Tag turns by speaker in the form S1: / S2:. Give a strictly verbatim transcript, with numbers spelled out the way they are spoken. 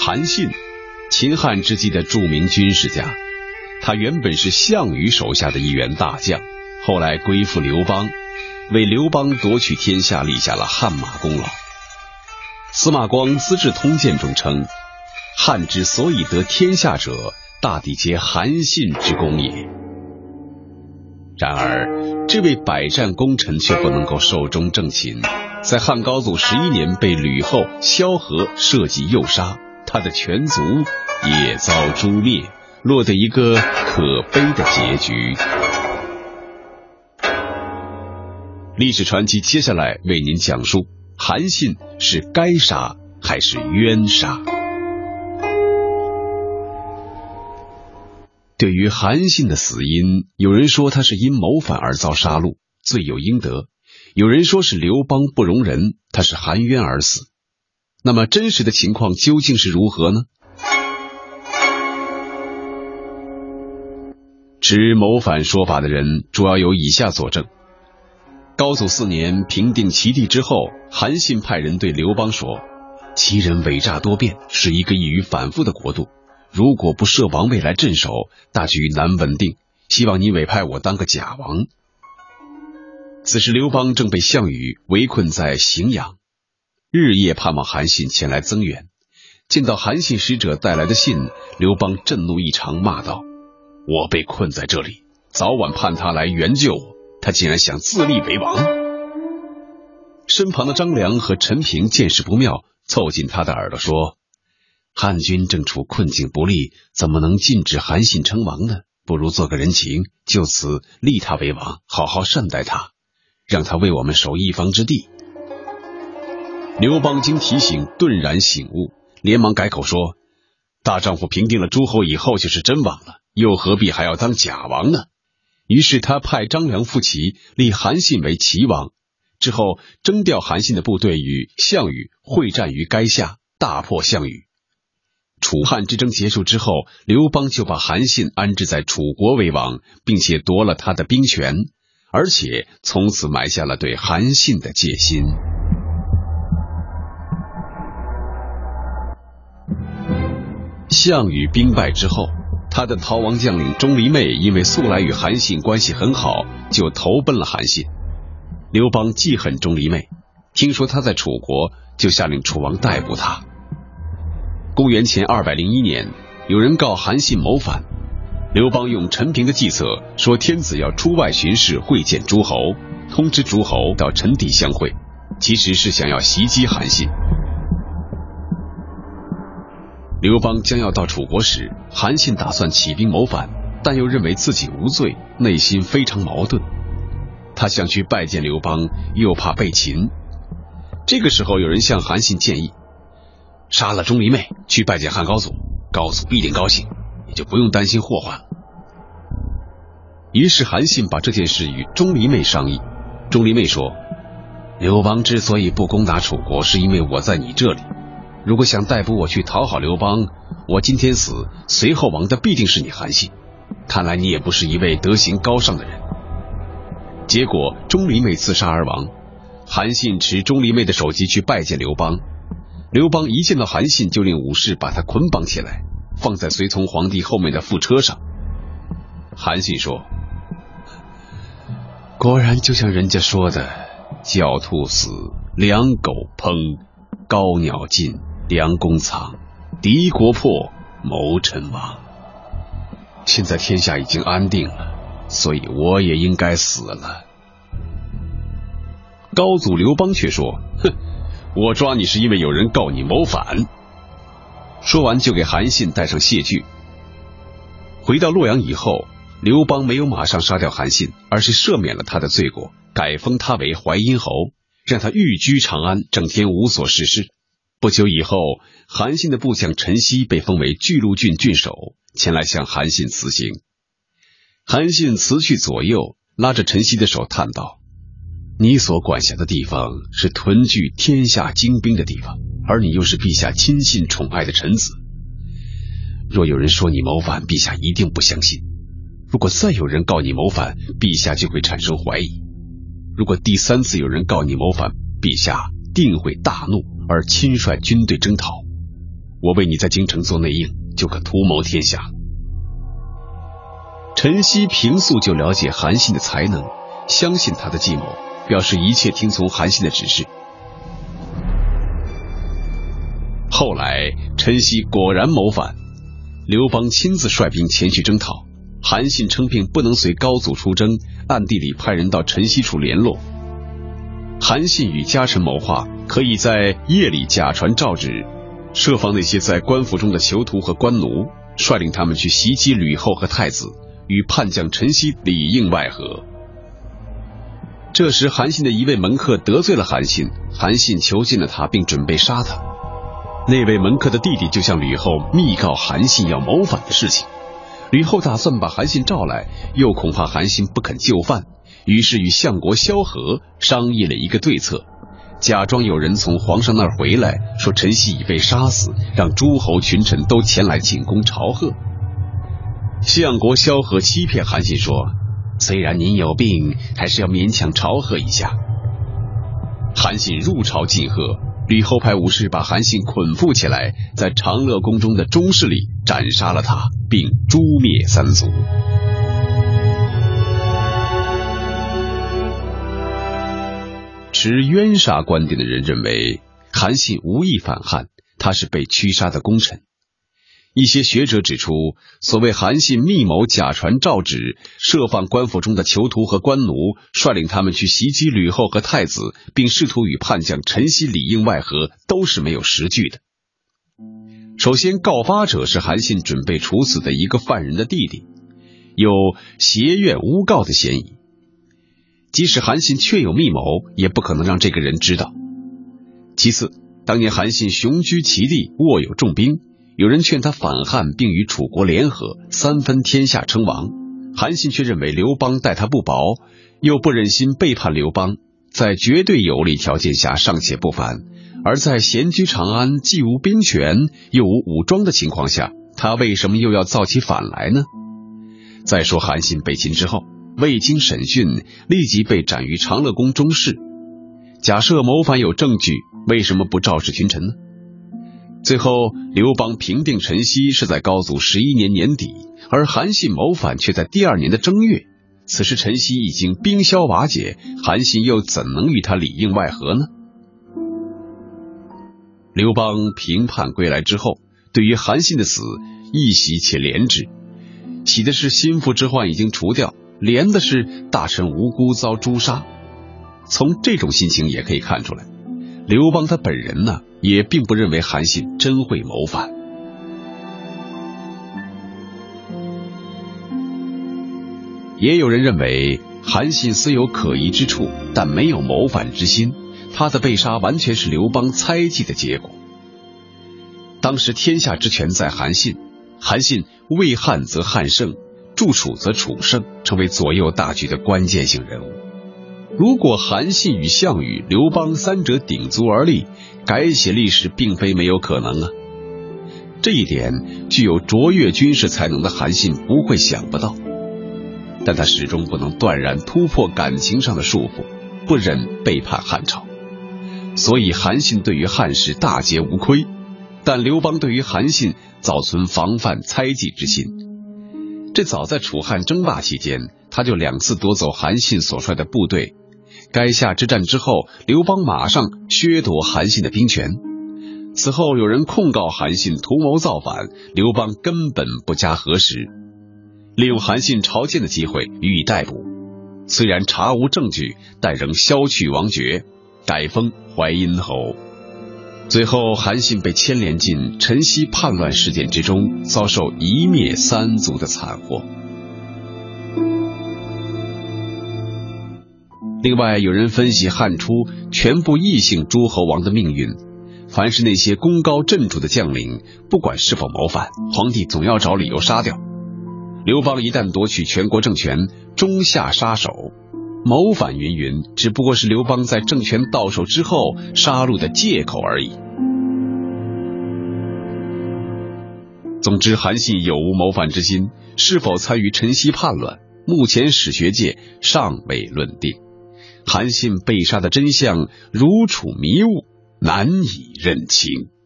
S1: 韩信，秦汉之际的著名军事家，他原本是项羽手下的一员大将，后来归附刘邦，为刘邦夺取天下立下了汗马功劳。司马光《资治通鉴》中称，汉之所以得天下者，大抵皆韩信之功也。然而这位百战功臣却不能够寿终正寝，在汉高祖十一年被吕后、萧何设计诱杀，他的全族也遭诛灭，落得一个可悲的结局。历史传奇接下来为您讲述，韩信是该杀还是冤杀？对于韩信的死因，有人说他是因谋反而遭杀戮，罪有应得；有人说是刘邦不容人，他是含冤而死。那么真实的情况究竟是如何呢？持谋反说法的人主要有以下佐证。高祖四年平定齐地之后，韩信派人对刘邦说，齐人伪诈多变，是一个易于反复的国度，如果不设王位来镇守，大局难稳定，希望你委派我当个假王。此时刘邦正被项羽围困在荥阳，日夜盼望韩信前来增援。见到韩信使者带来的信，刘邦震怒异常，骂道，我被困在这里，早晚盼他来援救我，他竟然想自立为王。身旁的张良和陈平见势不妙，凑近他的耳朵说，汉军正处困境不利，怎么能禁止韩信称王呢？不如做个人情，就此立他为王，好好善待他，让他为我们守一方之地。刘邦经提醒顿然醒悟，连忙改口说，大丈夫平定了诸侯以后就是真王了，又何必还要当假王呢？于是他派张良复齐，立韩信为齐王，之后征调韩信的部队与项羽会战于垓下，大破项羽。楚汉之争结束之后，刘邦就把韩信安置在楚国为王，并且夺了他的兵权，而且从此埋下了对韩信的戒心。项羽兵败之后，他的逃亡将领钟离昧因为素来与韩信关系很好，就投奔了韩信。刘邦记恨钟离昧，听说他在楚国，就下令楚王逮捕他。公元前二百零一年，有人告韩信谋反，刘邦用陈平的计策，说天子要出外巡视会见诸侯，通知诸侯到陈地相会，其实是想要袭击韩信。刘邦将要到楚国时，韩信打算起兵谋反，但又认为自己无罪，内心非常矛盾。他想去拜见刘邦，又怕被擒。这个时候有人向韩信建议，杀了钟离昧，去拜见汉高祖，高祖必定高兴，也就不用担心祸患了。于是韩信把这件事与钟离昧商议。钟离昧说，刘邦之所以不攻打楚国，是因为我在你这里，如果想逮捕我去讨好刘邦，我今天死，随后亡的必定是你韩信，看来你也不是一位德行高尚的人。结果钟离昧自杀而亡，韩信持钟离昧的首级去拜见刘邦。刘邦一见到韩信，就令武士把他捆绑起来，放在随从皇帝后面的副车上。韩信说，果然就像人家说的，狡兔死，良狗烹，高鸟尽，良弓藏，敌国破，谋臣亡。现在天下已经安定了，所以我也应该死了。高祖刘邦却说，哼，我抓你是因为有人告你谋反。说完就给韩信戴上谢具。回到洛阳以后，刘邦没有马上杀掉韩信，而是赦免了他的罪过，改封他为淮阴侯，让他寓居长安，整天无所事事。不久以后，韩信的部将陈豨被封为巨鹿郡郡守，前来向韩信辞行。韩信辞去左右，拉着陈豨的手叹道，你所管辖的地方是屯聚天下精兵的地方，而你又是陛下亲信宠爱的臣子。若有人说你谋反，陛下一定不相信。如果再有人告你谋反，陛下就会产生怀疑。如果第三次有人告你谋反，陛下定会大怒而亲率军队征讨。 我为你在京城做内应，就可图谋天下。陈曦平素就了解韩信的才能，相信他的计谋，表示一切听从韩信的指示。后来陈曦果然谋反，刘邦亲自率兵前去征讨，韩信称病不能随高祖出征，暗地里派人到陈曦处联络。韩信与家臣谋划，可以在夜里假传诏旨，设防那些在官府中的囚徒和官奴，率领他们去袭击吕后和太子，与叛将陈曦里应外合。这时韩信的一位门客得罪了韩信，韩信囚禁了他，并准备杀他。那位门客的弟弟就向吕后密告韩信要谋反的事情。吕后打算把韩信召来，又恐怕韩信不肯就范，于是与相国萧何商议了一个对策，假装有人从皇上那儿回来，说陈曦已被杀死，让诸侯群臣都前来进宫朝贺。相国萧何欺骗韩信说，虽然您有病，还是要勉强朝贺一下。韩信入朝进贺，吕后派武士把韩信捆缚起来，在长乐宫中的中室里斩杀了他，并诛灭三族。持冤杀观点的人认为，韩信无意反汉，他是被驱杀的功臣。一些学者指出，所谓韩信密谋假传诏旨，设放官府中的囚徒和官奴，率领他们去袭击吕后和太子，并试图与叛将陈曦里应外合，都是没有实据的。首先，告发者是韩信准备处死的一个犯人的弟弟，有挟怨诬告的嫌疑。即使韩信确有密谋，也不可能让这个人知道。其次，当年韩信雄居其地，握有重兵，有人劝他反汉，并与楚国联合，三分天下称王。韩信却认为刘邦待他不薄，又不忍心背叛刘邦，在绝对有利条件下尚且不反，而在闲居长安，既无兵权又无武装的情况下，他为什么又要造起反来呢？再说韩信被擒之后，未经审讯，立即被斩于长乐宫中室。假设谋反有证据，为什么不昭示群臣呢？最后刘邦平定陈曦是在高祖十一年年底，而韩信谋反却在第二年的正月。此时陈曦已经兵消瓦解，韩信又怎能与他里应外合呢？刘邦平叛归来之后，对于韩信的死一喜且怜之。喜的是心腹之患已经除掉，怜的是大臣无辜遭诛杀。从这种心情也可以看出来，刘邦他本人呢，也并不认为韩信真会谋反。也有人认为韩信虽有可疑之处，但没有谋反之心，他的被杀完全是刘邦猜忌的结果。当时天下之权在韩信，韩信为汉则汉胜，助楚则楚胜，成为左右大局的关键性人物。如果韩信与项羽、刘邦三者鼎足而立，改写历史并非没有可能啊。这一点具有卓越军事才能的韩信不会想不到，但他始终不能断然突破感情上的束缚，不忍背叛汉朝。所以韩信对于汉室大节无亏，但刘邦对于韩信早存防范猜忌之心。这早在楚汉争霸期间，他就两次夺走韩信所率的部队。垓下之战之后，刘邦马上削夺韩信的兵权。此后有人控告韩信图谋造反，刘邦根本不加核实，利用韩信朝见的机会予以逮捕。虽然查无证据，但仍削去王爵，改封淮阴侯。最后韩信被牵连进陈曦叛乱事件之中，遭受一灭三族的惨祸。另外有人分析汉初全部异姓诸侯王的命运，凡是那些功高震主的将领，不管是否谋反，皇帝总要找理由杀掉。刘邦一旦夺取全国政权，中下杀手，谋反云云，只不过是刘邦在政权到手之后杀戮的借口而已。总之，韩信有无谋反之心，是否参与陈曦叛乱，目前史学界尚未论定。韩信被杀的真相如处迷雾，难以认清。